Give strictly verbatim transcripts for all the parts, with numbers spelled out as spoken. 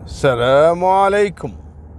السلام عليكم.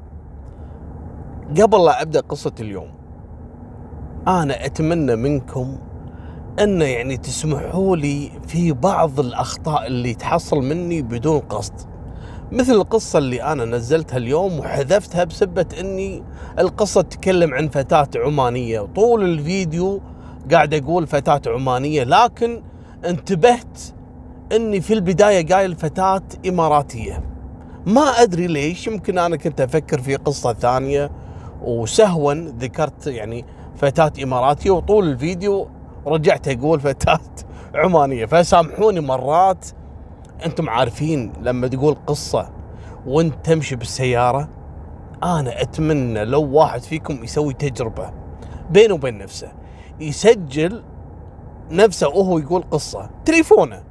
قبل لا أبدأ قصة اليوم، أنا أتمنى منكم أن يعني تسمحوا لي في بعض الأخطاء اللي تحصل مني بدون قصد، مثل القصة اللي أنا نزلتها اليوم وحذفتها بسبة أني القصة تتكلم عن فتاة عمانية، وطول الفيديو قاعد أقول فتاة عمانية، لكن انتبهت أني في البداية قايل فتاة إماراتية. ما أدري ليش، يمكن أنا كنت أفكر في قصة ثانية وسهوا ذكرت يعني فتاة إماراتية، وطول الفيديو رجعت أقول فتاة عمانية. فسامحوني، مرات أنتم عارفين لما تقول قصة وأنت تمشي بالسيارة، أنا أتمنى لو واحد فيكم يسوي تجربة بينه وبين نفسه، يسجل نفسه وهو يقول قصة تليفونه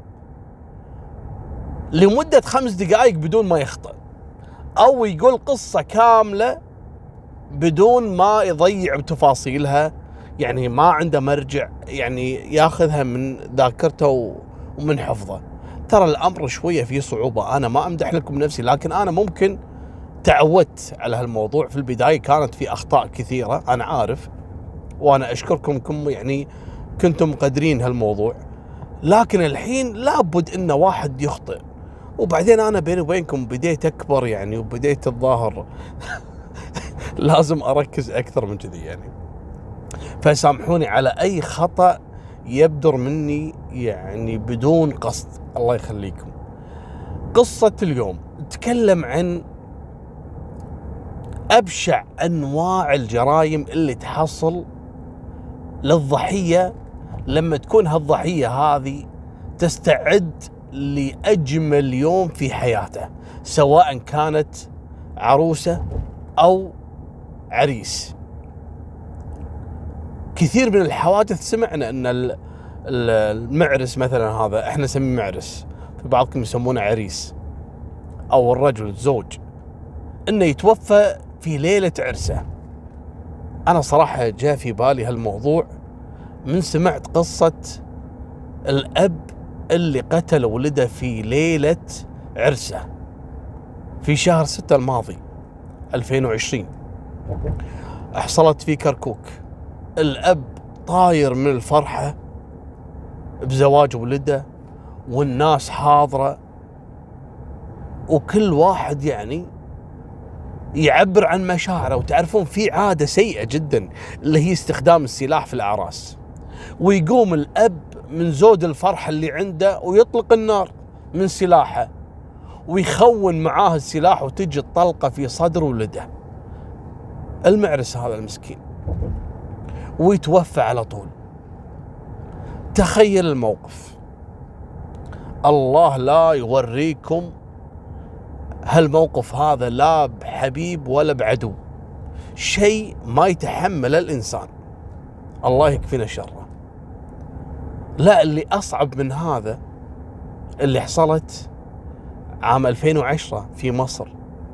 لمدة خمس دقائق بدون ما يخطئ، أو يقول قصة كاملة بدون ما يضيع بتفاصيلها، يعني ما عنده مرجع يعني ياخذها من ذاكرته ومن حفظه. ترى الأمر شوية فيه صعوبة، أنا ما أمدح لكم نفسي، لكن أنا ممكن تعودت على هالموضوع. في البداية كانت في أخطاء كثيرة، أنا عارف، وأنا أشكركم كم يعني كنتم مقدرين هالموضوع، لكن الحين لابد إن واحد يخطئ. وبعدين أنا بيني وبينكم بديت أكبر يعني، وبديت الظاهر لازم أركز أكثر من كذي يعني، فسامحوني على أي خطأ يبدر مني يعني بدون قصد، الله يخليكم. قصة اليوم تتكلم عن أبشع أنواع الجرائم اللي تحصل للضحية لما تكون هالضحية هذه تستعد لأجمل يوم في حياته، سواء كانت عروسة أو عريس. كثير من الحوادث سمعنا أن المعرس مثلا، هذا احنا نسميه معرس، في بعضكم يسمونه عريس، أو الرجل الزوج، أنه يتوفى في ليلة عرسه. أنا صراحة جاء في بالي هالموضوع من سمعت قصة الأب اللي قتل ولده في ليلة عرسه في شهر ستة الماضي ألفين وعشرين، حصلت في كركوك. الأب طاير من الفرحة بزواج ولده، والناس حاضرة، وكل واحد يعني يعبر عن مشاعره. وتعرفون في عادة سيئة جدا اللي هي استخدام السلاح في الأعراس، ويقوم الأب من زود الفرحة اللي عنده ويطلق النار من سلاحه ويخون معاه السلاح، وتجي الطلقة في صدر ولده المعرس هذا المسكين، ويتوفى على طول. تخيل الموقف، الله لا يوريكم هالموقف هذا لا بحبيب ولا بعدو، شيء ما يتحمل الإنسان، الله يكفينا شره. لا، اللي أصعب من هذا اللي حصلت عام ألفين وعشرة في مصر.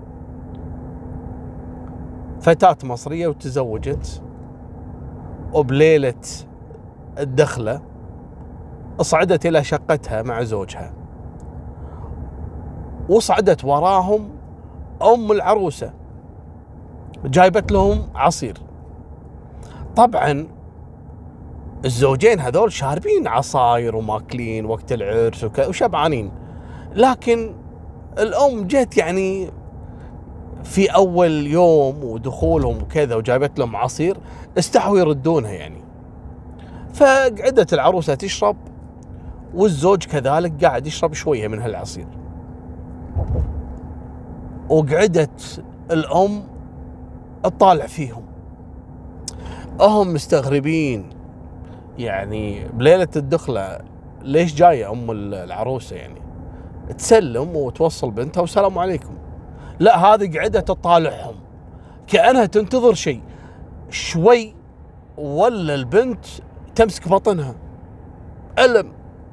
فتاة مصرية وتزوجت، وبليلة الدخلة اصعدت إلى شقتها مع زوجها، وصعدت وراهم أم العروسة جايبت لهم عصير. طبعا الزوجين هذول شاربين عصاير وماكلين وقت العرس وشبعانين، لكن الأم جت يعني في أول يوم ودخولهم وكذا وجايبت لهم عصير، استحوا يردونها يعني. فقعدت العروسة تشرب، والزوج كذلك قاعد يشرب شوية من هالعصير، وقعدت الأم تطالع فيهم، هم مستغربين يعني بليلة الدخلة ليش جاية أم العروسة يعني تسلم وتوصل بنتها والسلام عليكم. لا، هذه قعدت تطالعهم كأنها تنتظر شيء. شوي ولا البنت تمسك بطنها، ألم،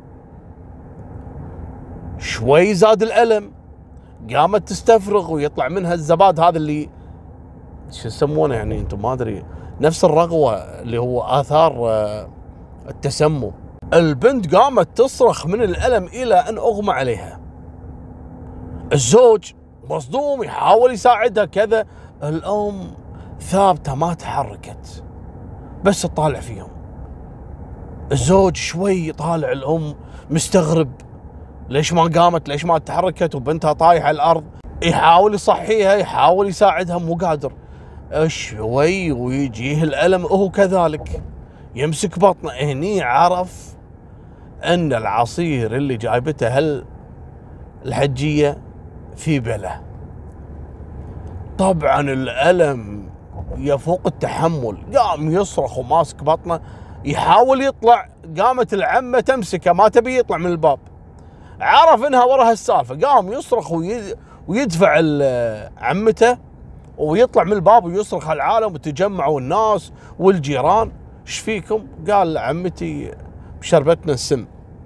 شوي زاد الألم، قامت تستفرغ ويطلع منها الزباد هذا اللي شو يسمونه يعني انتم ما ادري، نفس الرغوة اللي هو آثار التسمم. البنت قامت تصرخ من الألم إلى أن أغمى عليها. الزوج مصدوم، يحاول يساعدها كذا. الأم ثابتة ما تحركت، بس تطالع فيهم. الزوج شوي يطالع الأم مستغرب، ليش ما قامت، ليش ما تحركت وبنتها طايحة على الأرض. يحاول يصحيها، يحاول يساعدها، مو قادر. شوي ويجيه الألم هو كذلك، يمسك بطنه. هني عرف أن العصير اللي جايبته هل الحجية في بله. طبعا الألم يفوق التحمل، قام يصرخ وماسك بطنه، يحاول يطلع. قامت العمة تمسكه، ما تبي يطلع من الباب، عرف انها ورا هالسالفه، قام يصرخ ويدفع عمته ويطلع من الباب ويصرخ على العالم، وتجمعوا الناس والجيران. ايش فيكم؟ قال عمتي شربتنا السم.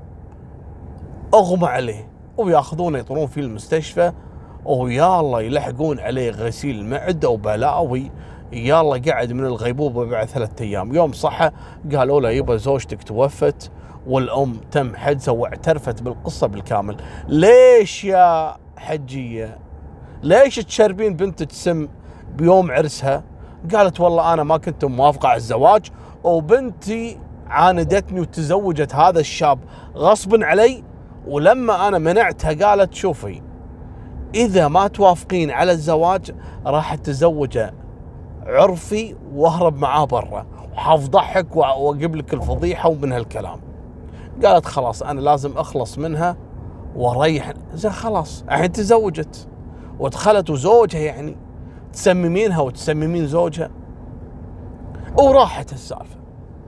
اغمى عليه وياخذونه يطرون فيه المستشفى، ويلا يلحقون عليه غسيل معده وبلاوي. يلا قعد من الغيبوبه بعد ثلاثة ايام. يوم صحى قالوا له يبا زوجتك توفت، والام تم حجزها، واعترفت بالقصه بالكامل. ليش يا حجيه؟ ليش تشربين بنتك سم بيوم عرسها؟ قالت والله انا ما كنت موافقه على الزواج، وبنتي عاندتني وتزوجت هذا الشاب غصبا علي، ولما انا منعتها قالت شوفي اذا ما توافقين على الزواج راح اتزوجه عرفي واهرب معاه برا، وحافضحك واجيب لك الفضيحه ومن هالكلام. قالت خلاص انا لازم اخلص منها واريح. زين خلاص الحين تزوجت ودخلت وزوجها، يعني تسممينها وتسممين زوجها، وراحت السالفه.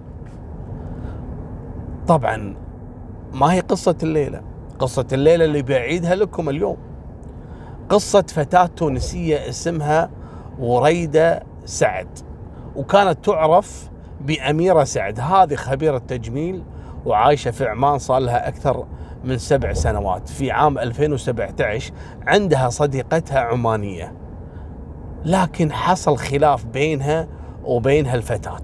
طبعا ما هي قصه الليله، قصه الليله اللي بعيدها لكم اليوم قصه فتاه تونسيه اسمها وريده سعد، وكانت تعرف بأميرة سعد. هذه خبيرة تجميل وعايشة في عمان صار لها أكثر من سبع سنوات. في عام ألفين وسبعة عشر عندها صديقتها عمانية، لكن حصل خلاف بينها وبين هالفتاة.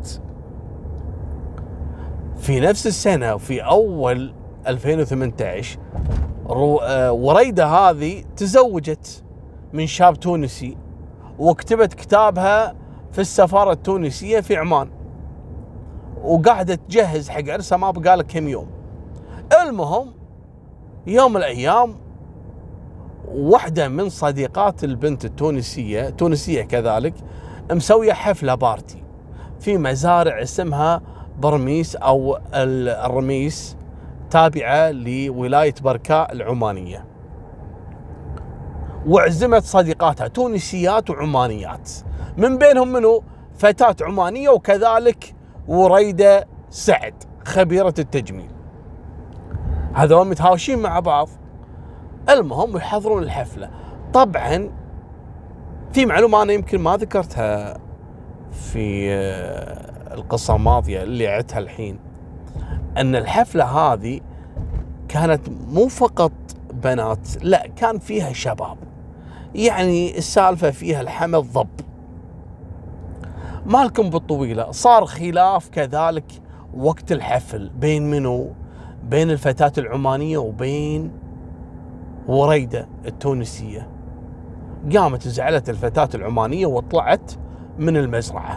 في نفس السنة وفي أول ألفين وثمانية عشر وريدة هذه تزوجت من شاب تونسي، وكتبت كتابها في السفارة التونسية في عمان، وقاعدة تجهز حق عرسها ما بقالك كم يوم. المهم يوم من الأيام واحدة من صديقات البنت التونسية، تونسية كذلك، مسوية حفلة بارتي في مزارع اسمها برميس أو الرميس، تابعة لولاية بركاء العمانية، وعزمت صديقاتها تونسيات وعمانيات، من بينهم منو فتاة عمانية وكذلك وريدة سعد خبيرة التجميل. هذول متهاوشين مع بعض. المهم يحضرون الحفلة. طبعا في معلومة أنا يمكن ما ذكرتها في القصة الماضية اللي عدتها الحين، أن الحفلة هذه كانت مو فقط بنات، لا كان فيها شباب، يعني السالفة فيها الحمل ضب. مالكم بالطويلة صار خلاف كذلك وقت الحفل بين منو؟ بين الفتاة العمانية وبين وريدة التونسية. قامت زعلت الفتاة العمانية وطلعت من المزرعة.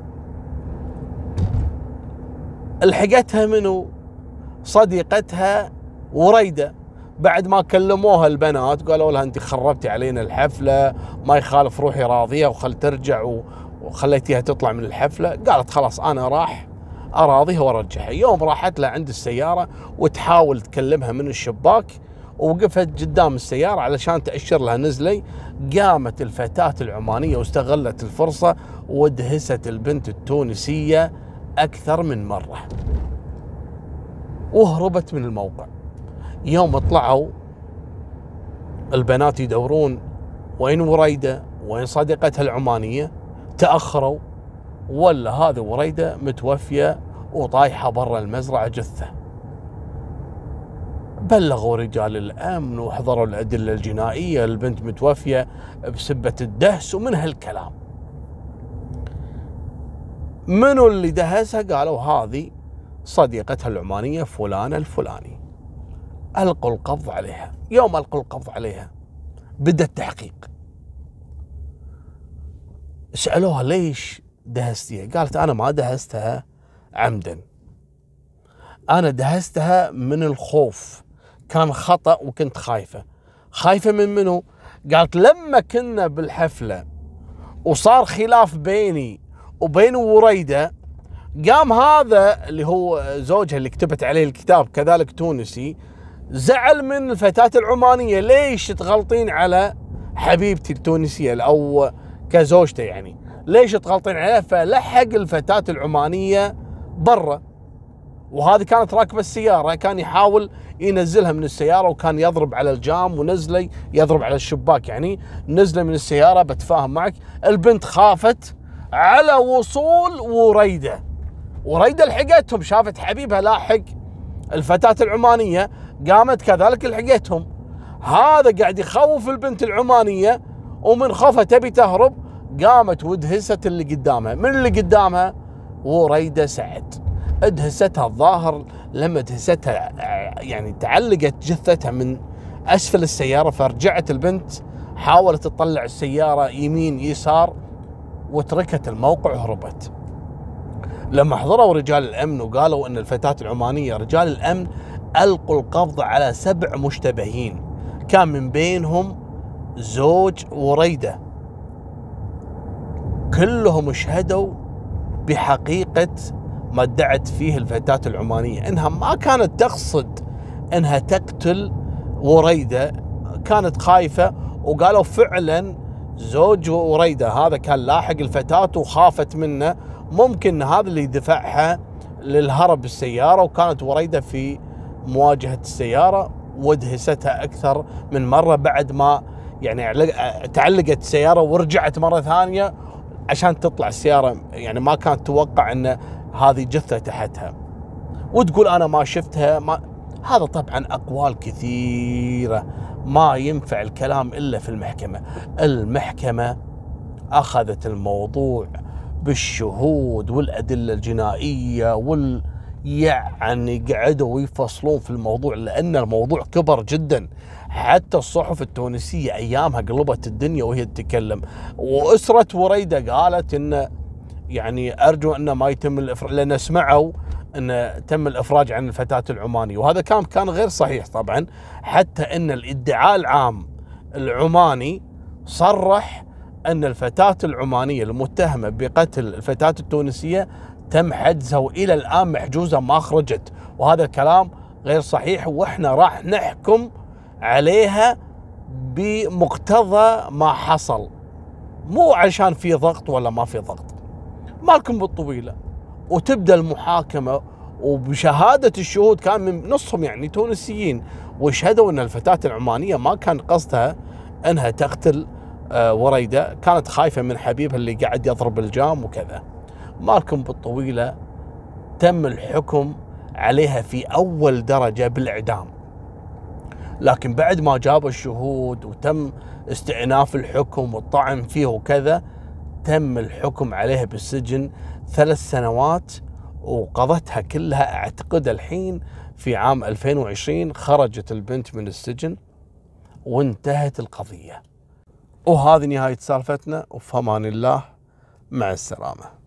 الحقتها منو؟ صديقتها وريدة، بعد ما كلموها البنات قالوا لها انت خربتي علينا الحفلة، ما يخالف روحي راضيها وخل ترجع وخليتيها تطلع من الحفلة. قالت خلاص انا راح اراضيها وارجعها. يوم راحت لها عند السيارة وتحاول تكلمها من الشباك، ووقفت قدام السيارة علشان تأشر لها نزلي. قامت الفتاة العمانية واستغلت الفرصة ودهست البنت التونسية أكثر من مرة وهربت من الموقع. يوم طلعوا البنات يدورون وين وريدة وين صديقتها العمانية، تأخروا، ولا هذه وريدة متوفية وطايحة برا المزرعة جثة. بلغوا رجال الأمن وحضروا الأدلة الجنائية، البنت متوفية بسبة الدهس ومن هالكلام. منو اللي دهسها؟ قالوا هذه صديقتها العمانية فلانة الفلاني. ألقوا القبض عليها. يوم ألقوا القبض عليها بدأ التحقيق. سألوها ليش دهستيها؟ قالت أنا ما دهستها عمدا، أنا دهستها من الخوف، كان خطأ وكنت خايفة. خايفة من منو؟ قالت لما كنا بالحفلة وصار خلاف بيني وبين وريدة، قام هذا اللي هو زوجها اللي كتبت عليه الكتاب كذلك تونسي، زعل من الفتاة العمانية، ليش تغلطين على حبيبتي التونسية أو كزوجته يعني، ليش تغلطين عليها؟ فلحق الفتاة العمانية برا، وهذه كانت راكبة السيارة، كان يحاول ينزلها من السيارة وكان يضرب على الجام ونزله يضرب على الشباك، يعني نزله من السيارة بتفاهم معك. البنت خافت على وصول وريدة، وريدة لحقتهم، شافت حبيبها لاحق الفتاة العمانية، قامت كذلك لحقتهم. هذا قاعد يخوف البنت العمانية، ومن خوفها تبي تهرب قامت ودهست اللي قدامها. من اللي قدامها؟ وريدة سعد. ادهستها الظاهر، لما دهستها يعني تعلقت جثتها من أسفل السيارة، فرجعت البنت حاولت تطلع السيارة يمين يسار وتركت الموقع وهربت. لما حضروا رجال الأمن وقالوا أن الفتاة العمانية، رجال الأمن ألقوا القبض على سبع مشتبهين، كان من بينهم زوج وريدة، كلهم شهدوا بحقيقة ما ادعت فيه الفتاة العمانية، انها ما كانت تقصد انها تقتل وريدة، كانت خايفة. وقالوا فعلا زوج وريدة هذا كان لاحق الفتاة وخافت منه، ممكن هذا اللي دفعها للهرب بالسيارة، وكانت وريدة في مواجهة السيارة ودهستها أكثر من مرة بعد ما يعني تعلقت السيارة ورجعت مرة ثانية عشان تطلع السيارة، يعني ما كانت توقع أن هذه جثة تحتها. وتقول أنا ما شفتها ما. هذا طبعا أقوال كثيرة، ما ينفع الكلام إلا في المحكمة. المحكمة أخذت الموضوع بالشهود والأدلة الجنائية وال يعني قعدوا يفصلون في الموضوع، لأن الموضوع كبر جدا. حتى الصحف التونسية أيامها قلبت الدنيا وهي تتكلم. وأسرة وريدة قالت إن يعني أرجو أن ما يتم الإفراج، لأن سمعوا أن تم الإفراج عن الفتاة العمانية، وهذا كان كان غير صحيح طبعا. حتى أن الادعاء العام العماني صرح أن الفتاة العمانية المتهمة بقتل الفتاة التونسية تم حجزها وإلى الآن محجوزة ما خرجت، وهذا الكلام غير صحيح. وإحنا راح نحكم عليها بمقتضى ما حصل، مو عشان في ضغط ولا ما في ضغط. مالكم بالطويلة. وتبدأ المحاكمة، وبشهادة الشهود كان من نصهم يعني تونسيين، وشهدوا أن الفتاة العمانية ما كان قصدها أنها تقتل وريدة، كانت خايفة من حبيبها اللي قاعد يضرب الجام وكذا. مالكم بالطويلة. تم الحكم عليها في أول درجة بالإعدام، لكن بعد ما جابوا الشهود وتم استئناف الحكم والطعن فيه وكذا، تم الحكم عليها بالسجن ثلاث سنوات، وقضتها كلها. أعتقد الحين في عام ألفين وعشرين خرجت البنت من السجن وانتهت القضية. وهذه نهاية سالفتنا، وفي أمان الله، مع السلامة.